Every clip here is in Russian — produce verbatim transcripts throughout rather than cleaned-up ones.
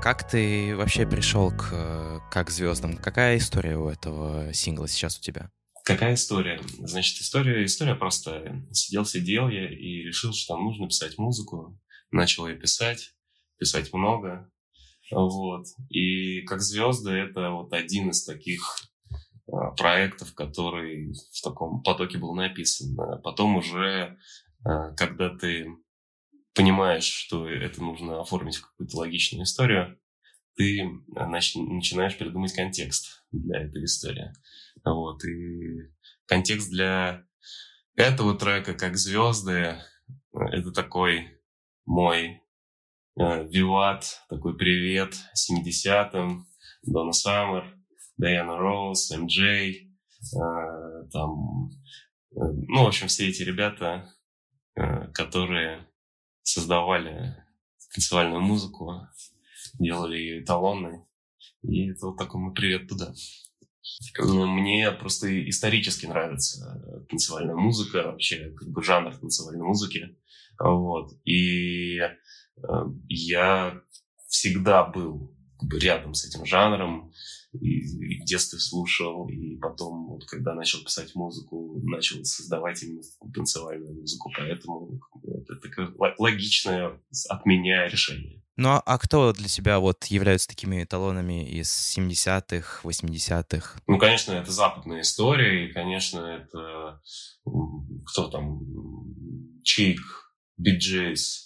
Как ты вообще пришел к э, «Как звездам»? Какая история у этого сингла сейчас у тебя? Какая история? Значит, история, история простая. Сидел-сидел я и решил, что там нужно писать музыку. Начал я писать, писать много. Вот. И «Как звезды» — это вот один из таких а, проектов, который в таком потоке был написан. А потом уже, а, когда ты понимаешь, что это нужно оформить в какую-то логичную историю, ты а, нач- начинаешь придумать контекст для этой истории. Вот. И контекст для этого трека «Как звезды» — это такой мой э, виват, такой привет семидесятым, Дона Саммер, Дайана Роуз, эм джей, э, там, э, ну, в общем, все эти ребята, э, которые создавали танцевальную музыку, делали ее эталонной. И это вот такой мой привет туда. Мне просто исторически нравится танцевальная музыка, вообще как бы жанр танцевальной музыки. Вот. И э, я всегда был как бы рядом с этим жанром, и, и в детстве слушал, и потом, вот, когда начал писать музыку, начал создавать именно танцевальную музыку. Поэтому это такое логичное от меня решение. Ну а а кто для тебя вот являются такими эталонами из семидесятых, восьмидесятых? Ну, конечно, это западная история, и, конечно, это м, кто там, Чик, Би-Джейс,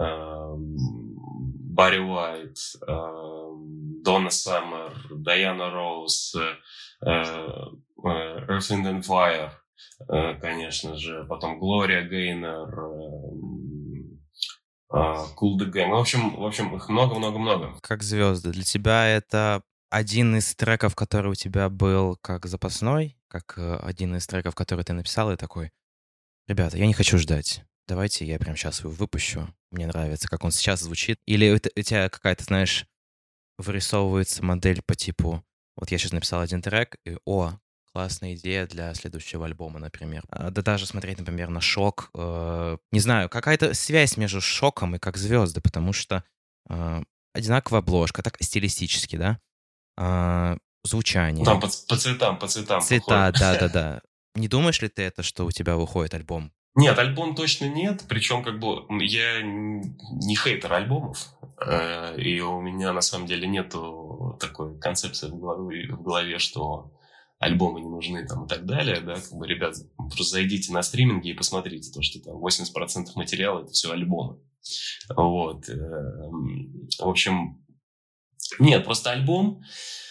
Барри Уайт, эм, Донна Саммер, Дайана Роуз, э, э, Earth, Wind and Fire, э, конечно же, потом Глория Гейнер, Cool the Gang. В общем, в общем, их много-много-много. «Как звезды» для тебя это один из треков, который у тебя был как запасной, как э, один из треков, который ты написал, и такой: «Ребята, я не хочу ждать. Давайте я прямо сейчас его выпущу. Мне нравится, как он сейчас звучит». Или это у тебя какая-то, знаешь, вырисовывается модель по типу: вот я сейчас написал один трек, и о, классная идея для следующего альбома, например. А, да даже смотреть, например, на «Шок». э, не знаю, какая-то связь между «Шоком» и «Как звезды», потому что э, одинаковая обложка, так стилистически, да? А, Ну, там звучание, по, по цветам, по цветам походу. цвета, да-да-да. Не думаешь ли ты это, что у тебя выходит альбом? Нет, альбом точно нет. Причем, как бы, я н- не хейтер альбомов. э, И у меня, на самом деле, нету такой концепции в голове, в голове, что альбомы не нужны там и так далее. Да? Как бы, ребят, просто зайдите на стриминги и посмотрите то, что там восемьдесят процентов материала — это все альбомы. Вот. э, м, В общем, нет, просто альбом,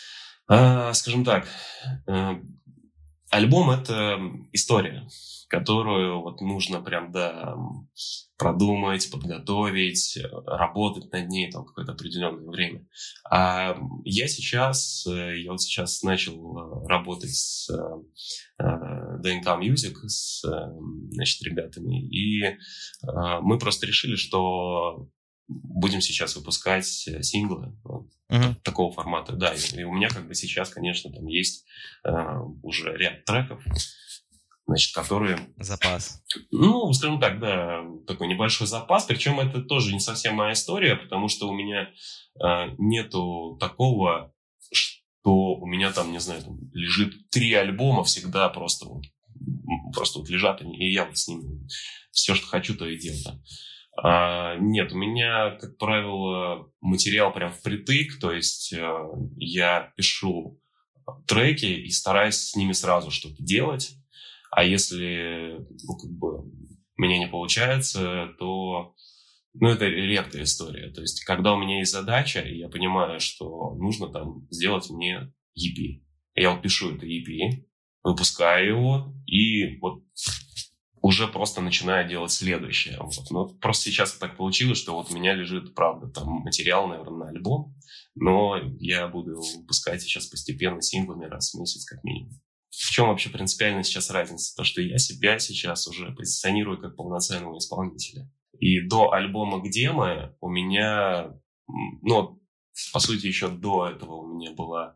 а, скажем так, э, альбом — это история, которую вот нужно прям, да, продумать, подготовить, работать над ней там какое-то определенное время. А я сейчас, э, я вот сейчас начал э, работать с э, ди эн кей Music, с, э, значит, ребятами, и э, мы просто решили, что будем сейчас выпускать э, синглы вот, Мгм. так- такого формата. Да, и, и у меня как бы сейчас, конечно, там есть э, уже ряд треков, значит, которые, Запас. ну, скажем так, да, такой небольшой запас. Причем это тоже не совсем моя история, потому что у меня э, нету такого, что у меня там, не знаю, там лежит три альбома всегда просто вот, м, просто вот лежат они, и я вот с ними все, что хочу, то и делаю. Да. А, нет, у меня, как правило, материал прям впритык, то есть э, я пишу треки и стараюсь с ними сразу что-то делать. А если, ну, как бы, у меня не получается, то, ну, это редкая история. То есть, когда у меня есть задача, и я понимаю, что нужно там сделать мне и пи, я вот пишу это и пи, выпускаю его, и вот уже просто начинаю делать следующее. Вот. Но просто сейчас так получилось, что вот у меня лежит, правда, там материал, наверное, на альбом, но я буду его выпускать сейчас постепенно синглами раз в месяц как минимум. В чем вообще принципиально сейчас разница? То, что я себя сейчас уже позиционирую как полноценного исполнителя. И до альбома «Где мы» у меня, ну, по сути, еще до этого у меня была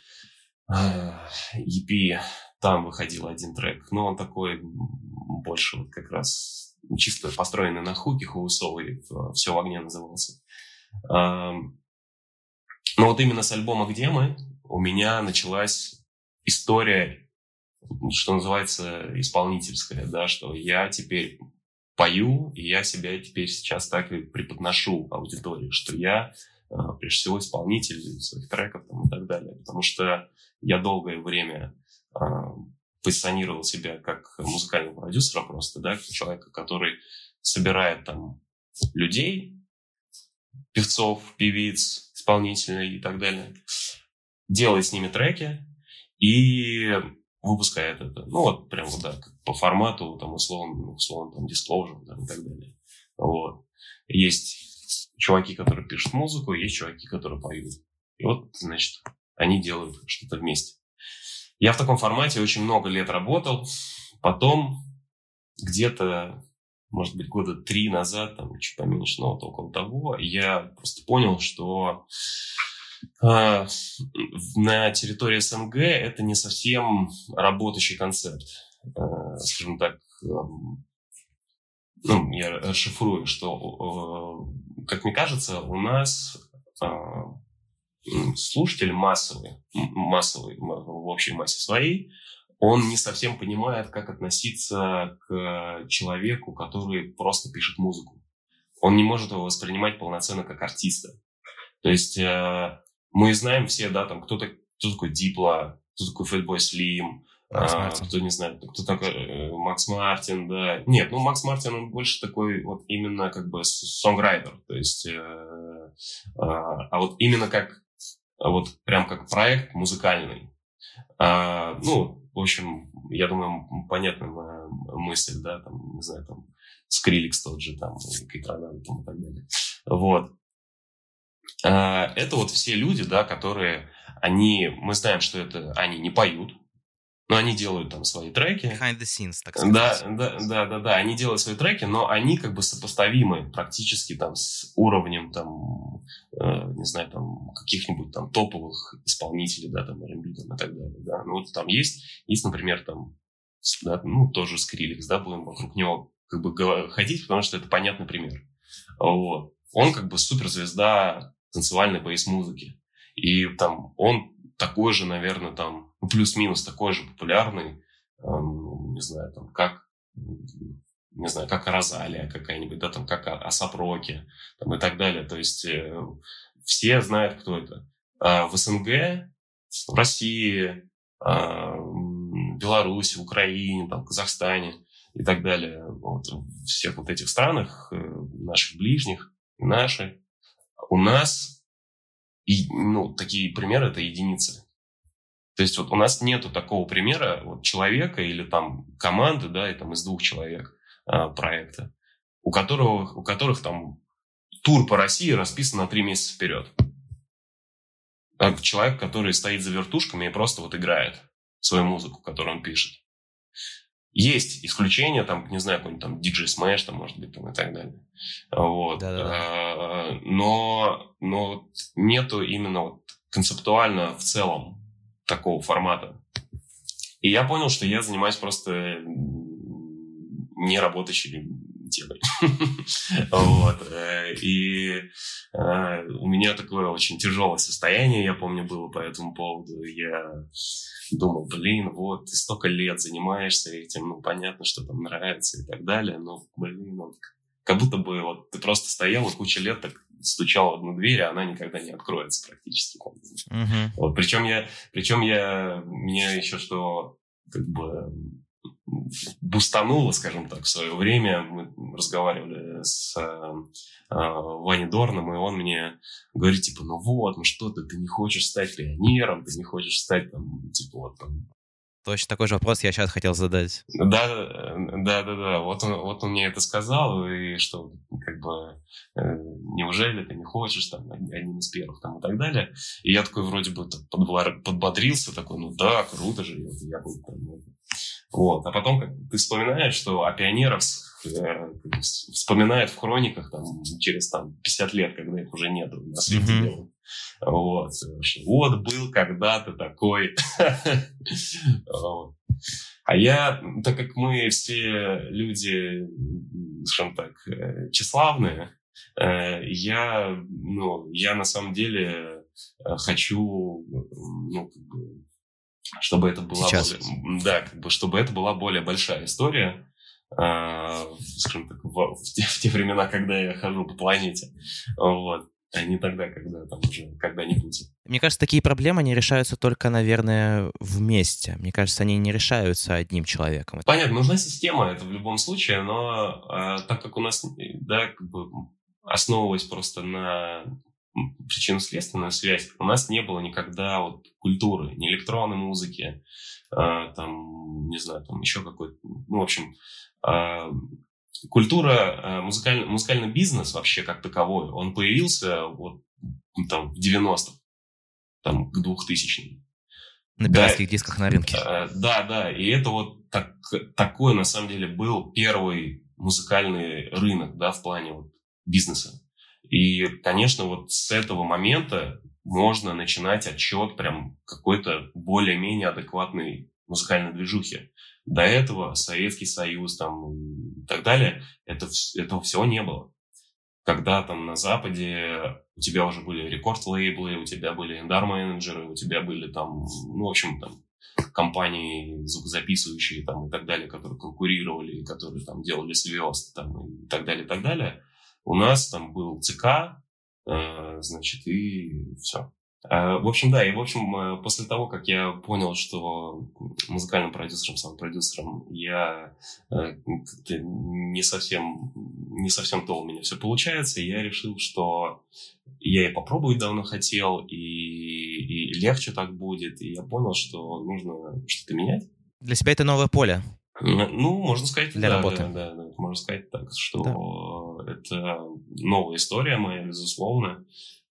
и пи, там выходил один трек, но он такой больше вот как раз чисто построенный на хуке хаусовый, «Все в огне» назывался. Но вот именно с альбома «Где мы» у меня началась история, что называется, исполнительская, да, что я теперь пою, и я себя теперь сейчас так и преподношу аудитории, что я, прежде всего, исполнитель своих треков там, и так далее. Потому что я долгое время э, позиционировал себя как музыкального продюсера просто, да, как человека, который собирает там людей, певцов, певиц, исполнителей и так далее, делает с ними треки и выпускает это. Ну, вот прям вот, да, по формату, там, условно, условно там, Disclosure, там, и так далее. Вот. Есть чуваки, которые пишут музыку, есть чуваки, которые поют. И вот, значит, они делают что-то вместе. Я в таком формате очень много лет работал. Потом где-то, может быть, года три назад, там, чуть поменьше, но вот около того, я просто понял, что э, на территории СНГ это не совсем работающий концепт. Э, скажем так, э, ну, я расшифрую, что, э, как мне кажется, у нас э, слушатель массовый, массовый в общей массе своей, он не совсем понимает, как относиться к человеку, который просто пишет музыку. Он не может его воспринимать полноценно как артиста. То есть э, мы знаем все, да, там, кто, кто такой Дипло, кто такой Fatboy Slim, а, кто не знает, кто такой э, Макс Мартин, да. Нет, ну Макс Мартин, он больше такой вот именно как бы сонграйтер. То есть, э, э, а вот именно как, вот прям как проект музыкальный. А, ну, в общем, я думаю, понятна моя мысль, да, там, не знаю, там, Скриликс тот же, там, Кейтранан, там, и так далее. Вот. А, это вот все люди, да, которые, они, мы знаем, что это, они не поют, но они делают там свои треки. Behind the scenes, так сказать. Да, да, да, да, да, они делают свои треки, но они как бы сопоставимы практически там с уровнем там, э, не знаю, там каких-нибудь там топовых исполнителей, да, там эр энд би там, и так далее, да. Ну вот там есть, есть, например, там, да, ну тоже Скриликс, да, будем вокруг него как бы ходить, потому что это понятный пример. Вот. Он как бы суперзвезда танцевальной бейс-музыки. И там он такой же, наверное, там, ну, плюс-минус такой же популярный, эм, не знаю, там, как, не знаю, как Розалия какая-нибудь, да, там, как А$эй пи Rocky, там, и так далее. То есть э, все знают, кто это. А в СНГ, в России, э, Беларуси, Украине, там, Казахстане и так далее, вот, в всех вот этих странах, э, наших ближних, наши, у нас и, ну, такие примеры – это единицы. То есть вот у нас нету такого примера вот, человека или там команды, да, и там из двух человек а, проекта, у которого, у которых там тур по России расписан на три месяца вперед. А человек, который стоит за вертушками и просто вот играет свою музыку, которую он пишет. Есть исключения, там, не знаю, какой-нибудь там ди джей Smash, там, может быть, там, и так далее. Вот. А, но, но нету именно вот концептуально в целом такого формата. И я понял, что я занимаюсь просто неработающей темой. Вот. И у меня такое очень тяжелое состояние, я помню, было по этому поводу. Я думал, блин, вот, ты столько лет занимаешься этим, ну, понятно, что там нравится и так далее, но, блин, вот, как будто бы вот ты просто стоял и кучу лет так стучал в одну дверь, а она никогда не откроется практически. Uh-huh. Вот, причем я, причем я, меня еще что, как бы, бустануло, скажем так, в свое время. Мы разговаривали с э, Ваней Дорном, и он мне говорит, типа, ну вот, ну что ты, ты не хочешь стать пионером, ты не хочешь стать, там, типа, вот, там... Точно такой же вопрос я сейчас хотел задать. Да, да, да, да, вот он, вот он мне это сказал, и что, как бы, э, неужели ты не хочешь, там, одним из первых, там, и так далее. И я такой вроде бы подбодрился, такой, ну да, круто же, я буду там... Вот. А потом как ты вспоминаешь, что о пионерах э, вспоминают в хрониках там, через там, пятьдесят лет, когда их уже нету на свете mm-hmm. делают. Вот. Вот был когда-то такой. А я, так как мы все люди, скажем так, тщеславные, я, ну, я на самом деле хочу, ну, как бы, чтобы это была более, да, как бы, чтобы это была более большая история, э, скажем так, в, в, те, в те времена, когда я хожу по планете, вот, а не тогда, когда там уже когда-нибудь. Мне кажется, такие проблемы не решаются только, наверное, вместе. Мне кажется, они не решаются одним человеком. Понятно, нужна система, это в любом случае, но э, так как у нас, да, как бы основываясь просто на причинно-следственную связь, у нас не было никогда вот культуры, ни электронной музыки, э, там, не знаю, там еще какой-то, ну, в общем, э, культура, э, музыкальный, музыкальный бизнес вообще как таковой, он появился вот там в девяностых, там, к двухтысячным. На пиратских да, дисках на рынке. Э, да, да, и это вот так, такой, на самом деле, был первый музыкальный рынок, да, в плане вот бизнеса. И, конечно, вот с этого момента можно начинать отсчет прям какой-то более-менее адекватной музыкальной движухи. До этого Советский Союз там и так далее, это, этого всего не было. Когда там на Западе у тебя уже были рекорд-лейблы, у тебя были эндар-менеджеры, у тебя были там, ну, в общем, там, компании звукозаписывающие там и так далее, которые конкурировали, которые там делали звезд там и так далее, и так далее. У нас там был ЦК, э, значит, и все. Э, в общем, да, и в общем, э, после того, как я понял, что музыкальным продюсером, саунд-продюсером я э, как-то не совсем, не совсем то у меня все получается, я решил, что я и попробовать давно хотел, и, и легче так будет, и я понял, что нужно что-то менять. Для себя это новое поле. Ну, можно сказать, для да, работы. Да, да, да, можно сказать так, что да. Это новая история моя, безусловно.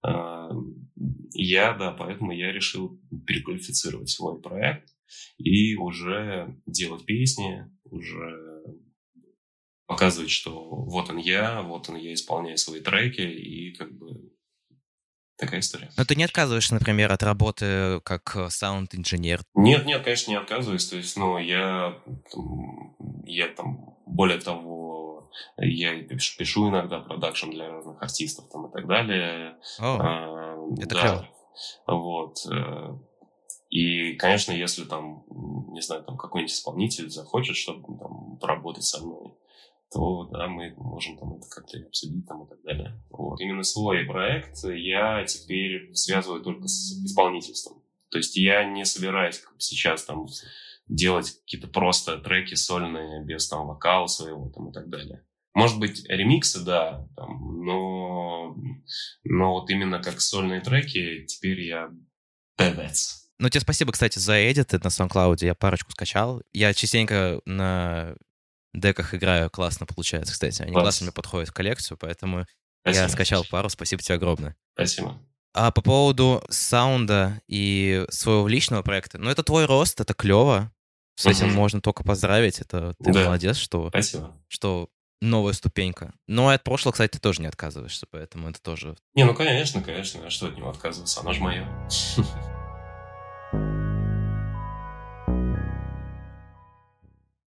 Я, да, поэтому я решил переквалифицировать свой проект и уже делать песни, уже показывать, что вот он я, вот он я исполняю свои треки, и как бы такая история. Но ты не отказываешься, например, от работы как саунд-инженер? Нет, нет, конечно, не отказываюсь. То есть, ну, я, я там, более того, я пишу, пишу иногда продакшн для разных артистов там и так далее. О, а, это да, клево. Вот. И, конечно, если там, не знаю, там какой-нибудь исполнитель захочет, чтобы там поработать со мной, то да, мы можем там это как-то обсудить там и так далее. Вот. Именно свой проект я теперь связываю только с исполнительством. То есть я не собираюсь сейчас там делать какие-то просто треки сольные, без там вокала своего там и так далее. Может быть, ремиксы, да, там, но, но вот именно как сольные треки теперь я певец. Ну, тебе спасибо, кстати, за эдиты на SoundCloud. Я парочку скачал. Я частенько на деках играю, классно получается, кстати. Они Класс. классно мне подходят в коллекцию, поэтому спасибо. Я скачал пару. Спасибо тебе огромное. Спасибо. А по поводу саунда и своего личного проекта, ну, это твой рост, это клево. С этим угу. можно только поздравить. Это ты да. молодец, что, спасибо. что новая ступенька. Но от прошлого, кстати, ты тоже не отказываешься, поэтому это тоже... Не, ну, конечно, конечно. А что от него отказываться? Оно же мое.